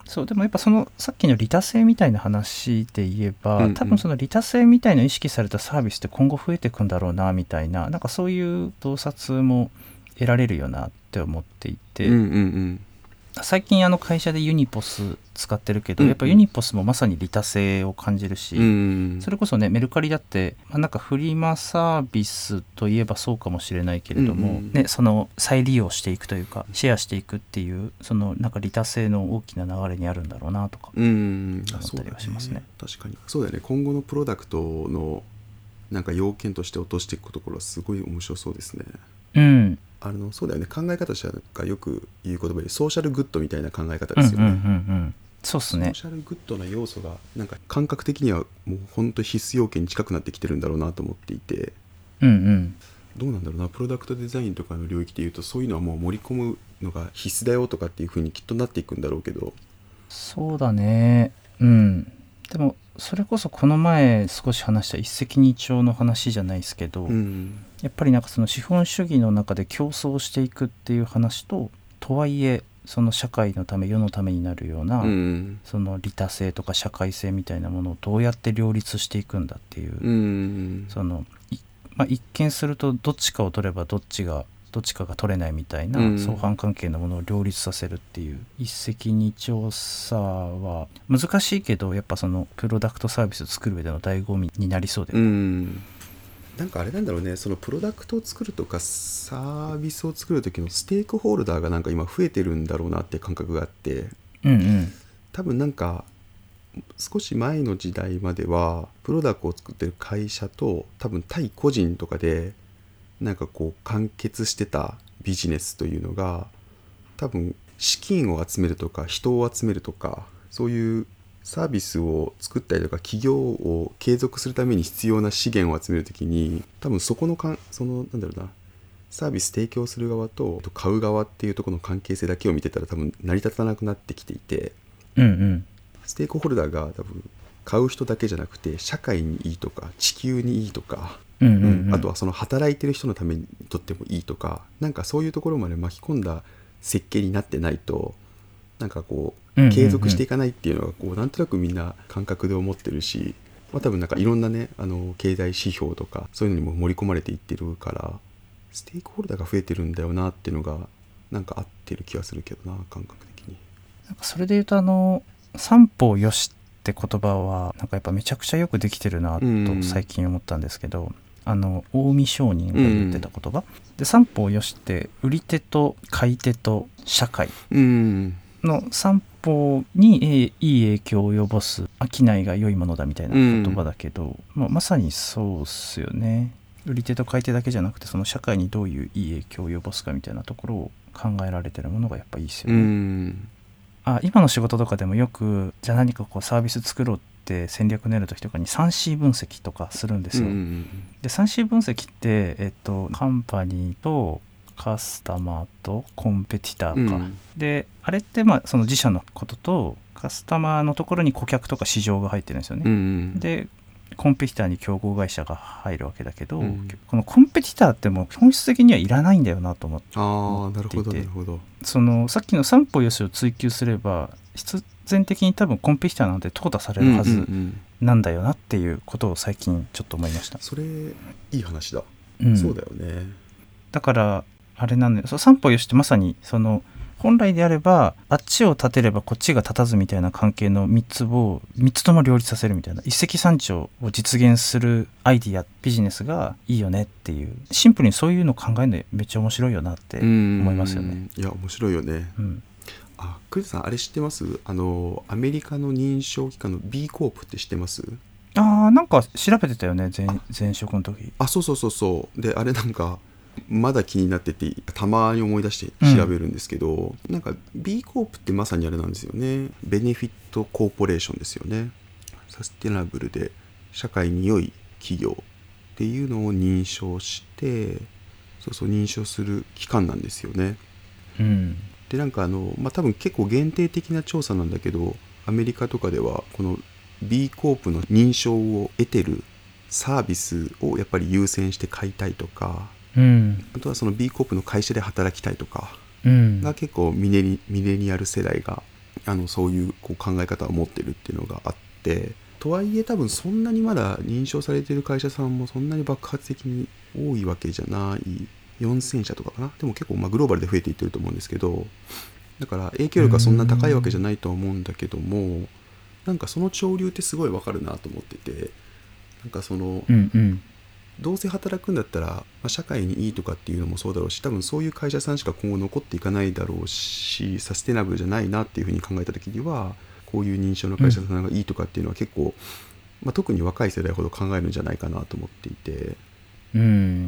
そうでもやっぱそのさっきの利他性みたいな話で言えば、 うんうん、 多分その利他性みたいな意識されたサービスって今後増えていくんだろうなみたいな、なんかそういう洞察も得られるよなって思っていて、 うんうんうん、 最近会社でユニポス使ってるけど、 うんうん、 やっぱユニポスもまさに利他性を感じるし、 うん、 それこそねメルカリだって、なんかフリマサービスといえばそうかもしれないけれども、 うんうん、 ね、その再利用していくというかシェアしていくっていう、そのなんか利他性の大きな流れにあるんだろうなとかうん、あ、 思ったりはしますね。 確かにそうだよね。今後のプロダクトのなんか要件として落としていくところはすごい面白そうですね。 うん、 そうだよね。考え方としてはよく言う言葉でソーシャルグッドみたいな考え方うんうんうんうですよね。 ん、そうっすね。 ソーシャルグッドな要素がなんか感覚的にはもう本当必須要件に近くなってきてるんだろうなと思っていて、 うんうん、 どうなんだろうな、プロダクトデザインとかの領域でいうとそういうのはもう盛り込むのが必須だよとかっていう風にきっとなっていくんだろうけど、 そうだね。うん。でもそれこそこの前少し話した一石二鳥の話じゃないですけど、 うん、 やっぱりなんかその資本主義の中で競争していくっていう話とはいえその社会のため世のためになるような、 うん、 その利他性とか社会性みたいなものをどうやって両立していくんだっていう、 うん、 その一見するとどっちかを取ればどっちかが取れないみたいな相反関係のものを両立させるっていう一石二鳥さは難しいけど、やっぱそのプロダクトサービスを作る上での醍醐味になりそうで、 うん、なんかあれなんだろうね、そのプロダクトを作るとかサービスを作る時のステークホルダーがなんか今増えてるんだろうなって感覚があって、 うんうん、 多分なんか少し前の時代まではプロダクトを作ってる会社と多分対個人とかでなんかこう完結してたビジネスというのが、多分資金を集めるとか人を集めるとかそういうサービスを作ったりとか企業を継続するために必要な資源を集めるときに、多分そこのそのなんだろうな、サービス提供する側と買う側っていうところの関係性だけを見てたら多分成り立たなくなってきていて、 うんうん、 ステークホルダーが多分買う人だけじゃなくて社会にいいとか地球にいいとか、 うんうんうん、 あとはその働いてる人のためにとってもいいとか、なんかそういうところまで巻き込んだ設計になってないとなんかこう継続していかないっていうのがこうなんとなくみんな感覚で思ってるし、多分なんかいろんなね経済指標とかそういうのにも盛り込まれていってるから、ステークホルダーが増えてるんだよなっていうのがなんか合ってる気がするけどな、感覚的に。 なんかそれで言うと三方よしって言葉はなんかやっぱめちゃくちゃよくできてるなと最近思ったんですけど、近江商人が言ってた言葉、で三方よしって売り手と買い手と社会の三方にいい影響を及ぼす商いが良いものだみたいな言葉だけど、まさにそうっすよね。売り手と買い手だけじゃなくてその社会にどういういい影響を及ぼすかみたいなところを考えられてるものがやっぱいいっすよね。今の仕事とかでもよくじゃあ何かこうサービス作ろうって戦略練る時とかに 3C 分析とかするんですよ。で 3C 分析って、カンパニーとカスタマーとコンペティターか、であれってその自社のこととカスタマーのところに顧客とか市場が入ってるんですよね。でコンペティターに競合会社が入るわけだけど、このコンペティターってもう本質的にはいらないんだよなと思っていて、 なるほどなるほど。 そのさっきの三方よしを追求すれば必然的に多分コンペティターなんて淘汰されるはずなんだよなっていうことを最近ちょっと思いました。 それいい話だ、そうだよね。だからあれなんだよ、三方よしってまさにその本来であればあっちを立てればこっちが立たずみたいな関係の3つとも両立させるみたいな一石三鳥を実現するアイディアビジネスがいいよねっていう、シンプルにそういうのを考えるのめっちゃ面白いよなって思いますよね。 いや面白いよね。クリスさんあれ知ってます？アメリカの認証機関の B コープって知ってます？ なんか調べてたよね、前職の時。 そうであれなんかまだ気になっててたまに思い出して調べるんですけど、なんか B コープってまさにあれなんですよね。ベネフィットコーポレーションですよね。サステナブルで社会に良い企業っていうのを認証して認証する機関なんですよね。でなんか多分結構限定的な調査なんだけど、アメリカとかではこの B コープの認証を得てるサービスをやっぱり優先して買いたいとか、あとはその B コープの会社で働きたいとかが結構ミレニアル世代がそういうこう考え方を持ってるっていうのがあって、とはいえ多分そんなにまだ認証されている会社さんもそんなに爆発的に多いわけじゃない、4000社とかかな。でも結構グローバルで増えていってると思うんですけど、だから影響力はそんな高いわけじゃないとは思うんだけども、なんかその潮流ってすごいわかるなと思ってて、なんかその、 うんうん。 どうせ働くんだったら、社会にいいとかっていうのもそうだろうし、多分そういう会社さんしか今後残っていかないだろうし、サステナブルじゃないなっていうふうに考えた時には、こういう認証の会社さんがいいとかっていうのは結構、特に若い世代ほど考えるんじゃないかなと思っていて。 うん、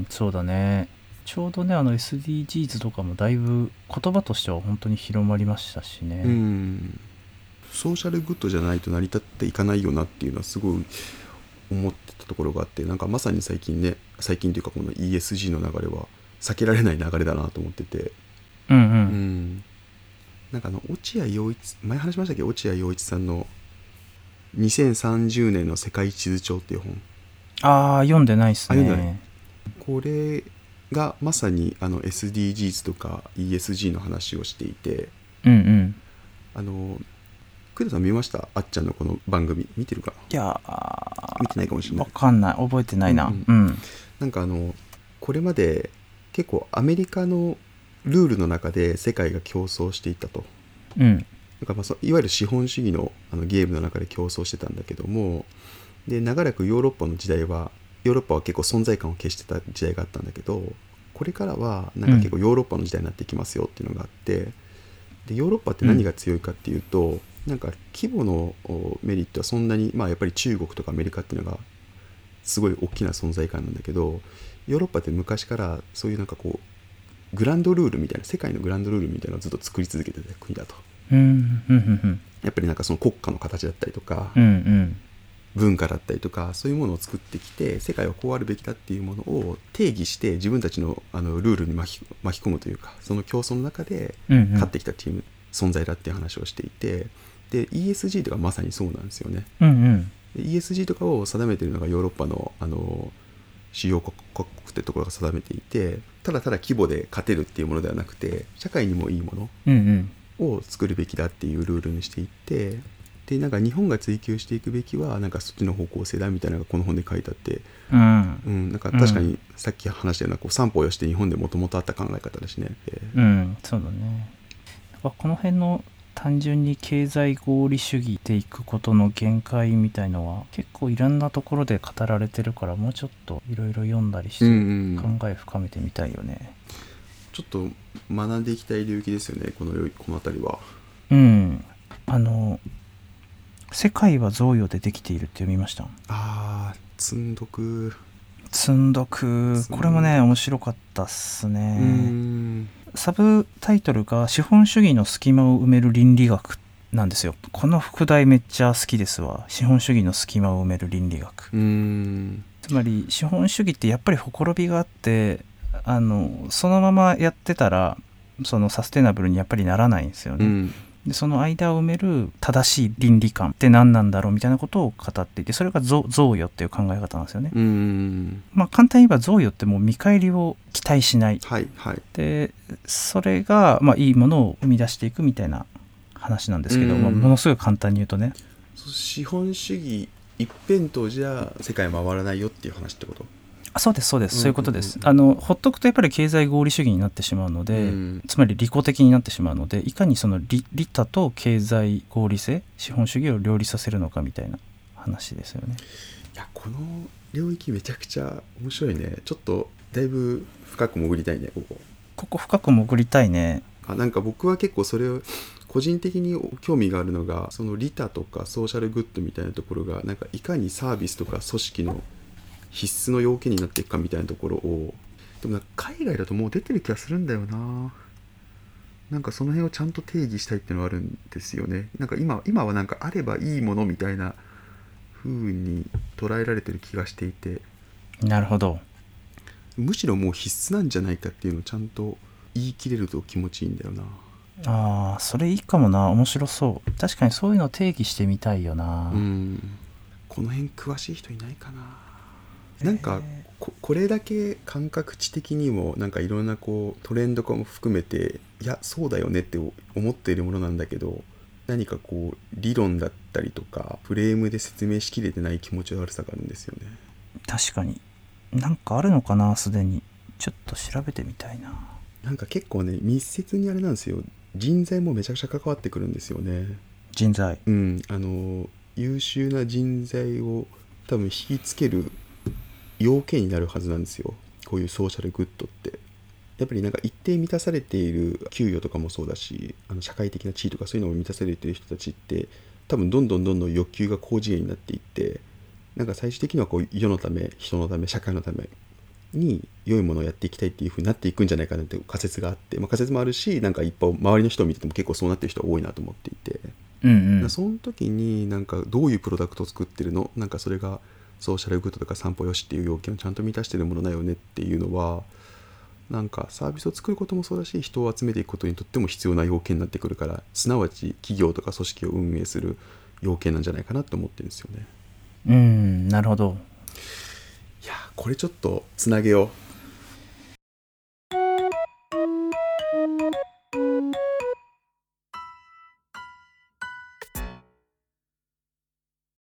そうだね。ちょうどね、SDGs とかもだいぶ言葉としては本当に広まりましたしね。 ソーシャルグッドじゃないと成り立っていかないよなっていうのはすごい思ってたところがあって、なんかまさに最近というかこの ESG の流れは避けられない流れだなと思ってて、なんか落合陽一、前話しましたっけ、落合陽一さんの2030年の世界地図帳っていう本。 読んでないっすね。 これがまさにSDGs とか ESG の話をしていて、工藤さん見ました？あっちゃんのこの番組見てるかな？ いや見てないかもしれない。 わかんない、覚えてないな。 なんかこれまで結構アメリカのルールの中で世界が競争していったと。なんかいわゆる資本主義のゲームの中で競争してたんだけども、で長らくヨーロッパの時代は結構存在感を消してた時代があったんだけど、これからはなんか結構ヨーロッパの時代になっていきますよっていうのがあって、でヨーロッパって何が強いかっていうと、なんか規模のメリットはそんなに、やっぱり中国とかアメリカっていうのがすごい大きな存在感なんだけど、ヨーロッパって昔からそういうなんかこうグランドルールみたいな、世界のグランドルールみたいなのをずっと作り続けてた国だと。やっぱりなんかその国家の形だったりとか、文化だったりとか、そういうものを作ってきて、世界はこうあるべきだっていうものを定義して自分たちのルールに巻き込むというか、その競争の中で勝ってきたチーム、存在だっていう話をしていて、で ESG とかまさにそうなんですよね。ESG とかを定めているのがヨーロッパの主要国ってところが定めていて、ただただ規模で勝てるっていうものではなくて、社会にもいいものを作るべきだっていうルールにしていって、でなんか日本が追求していくべきはなんかそっちの方向性だみたいなのがこの本で書いてあって、なんか確かにさっき話したようなこう三歩をよして日本でもともとあった考え方だしね。 そうだね。この辺の単純に経済合理主義でいくことの限界みたいのは結構いろんなところで語られてるから、もうちょっといろいろ読んだりして考え深めてみたいよね。 ちょっと学んでいきたい領域ですよね、この辺りは。 世界は贈与でできているって読みました？ 積読。 これもね面白かったっすね。サブタイトルが資本主義の隙間を埋める倫理学なんですよ。この副題めっちゃ好きですわ。資本主義の隙間を埋める倫理学。つまり資本主義ってやっぱりほころびがあって、そのままやってたらそのサステナブルにやっぱりならないんですよね。でその間を埋める正しい倫理観って何なんだろうみたいなことを語っていて、それが贈与っていう考え方なんですよね。簡単に言えば贈与ってもう見返りを期待しない、でそれがいいものを生み出していくみたいな話なんですけど、ものすごい簡単に言うとね、 資本主義一辺倒じゃ世界回らないよっていう話ってこと？ そうですそういうことです。ほっとくとやっぱり経済合理主義になってしまうので、つまり利己的になってしまうので、いかにその利他と経済合理性、資本主義を両立させるのかみたいな話ですよね。 いやこの領域めちゃくちゃ面白いね。ちょっとだいぶ深く潜りたいね。 ここ深く潜りたいね。 なんか僕は結構それを個人的に興味があるのが、その利他とかソーシャルグッドみたいなところがなんかいかにサービスとか組織の必須の要件になっていくかみたいなところを、でもなんか海外だともう出てる気がするんだよな。なんかその辺をちゃんと定義したいっていうのはあるんですよね。なんか今はなんかあればいいものみたいな風に捉えられてる気がしていて、 なるほど。 むしろもう必須なんじゃないかっていうのをちゃんと言い切れると気持ちいいんだよな。 それいいかもな。面白そう。確かにそういうのを定義してみたいよな。 この辺詳しい人いないかな。なんかこれだけ感覚値的にもなんかいろんなこうトレンドかも含めて、いやそうだよねって思っているものなんだけど、 何かこう理論だったりとかフレームで説明しきれてない気持ち悪さがあるんですよね。 確かに。なんかあるのかな、すでに。ちょっと調べてみたいな。 なんか結構ね密接にあれなんですよ、人材もめちゃくちゃ関わってくるんですよね。 人材。 優秀な人材を多分引きつける要件になるはずなんですよ、こういうソーシャルグッドって。やっぱりなんか一定満たされている給与とかもそうだし、社会的な地位とかそういうのも満たされている人たちって多分どんどん欲求が高次元になっていって、なんか最終的にはこう世のため人のため社会のために良いものをやっていきたいっていう風になっていくんじゃないかなっていう仮説があって、仮説もあるし、なんか一方周りの人を見てても結構そうなってる人が多いなと思っていて、その時になんかどういうプロダクトを作ってるの、なんかそれがソーシャルグッドとか散歩よしっていう要件をちゃんと満たしてるものだよねっていうのは、なんかサービスを作ることもそうだし人を集めていくことにとっても必要な要件になってくるから、すなわち企業とか組織を運営する要件なんじゃないかなと思ってるんですよね。 なるほど。 いやこれちょっとつなげよ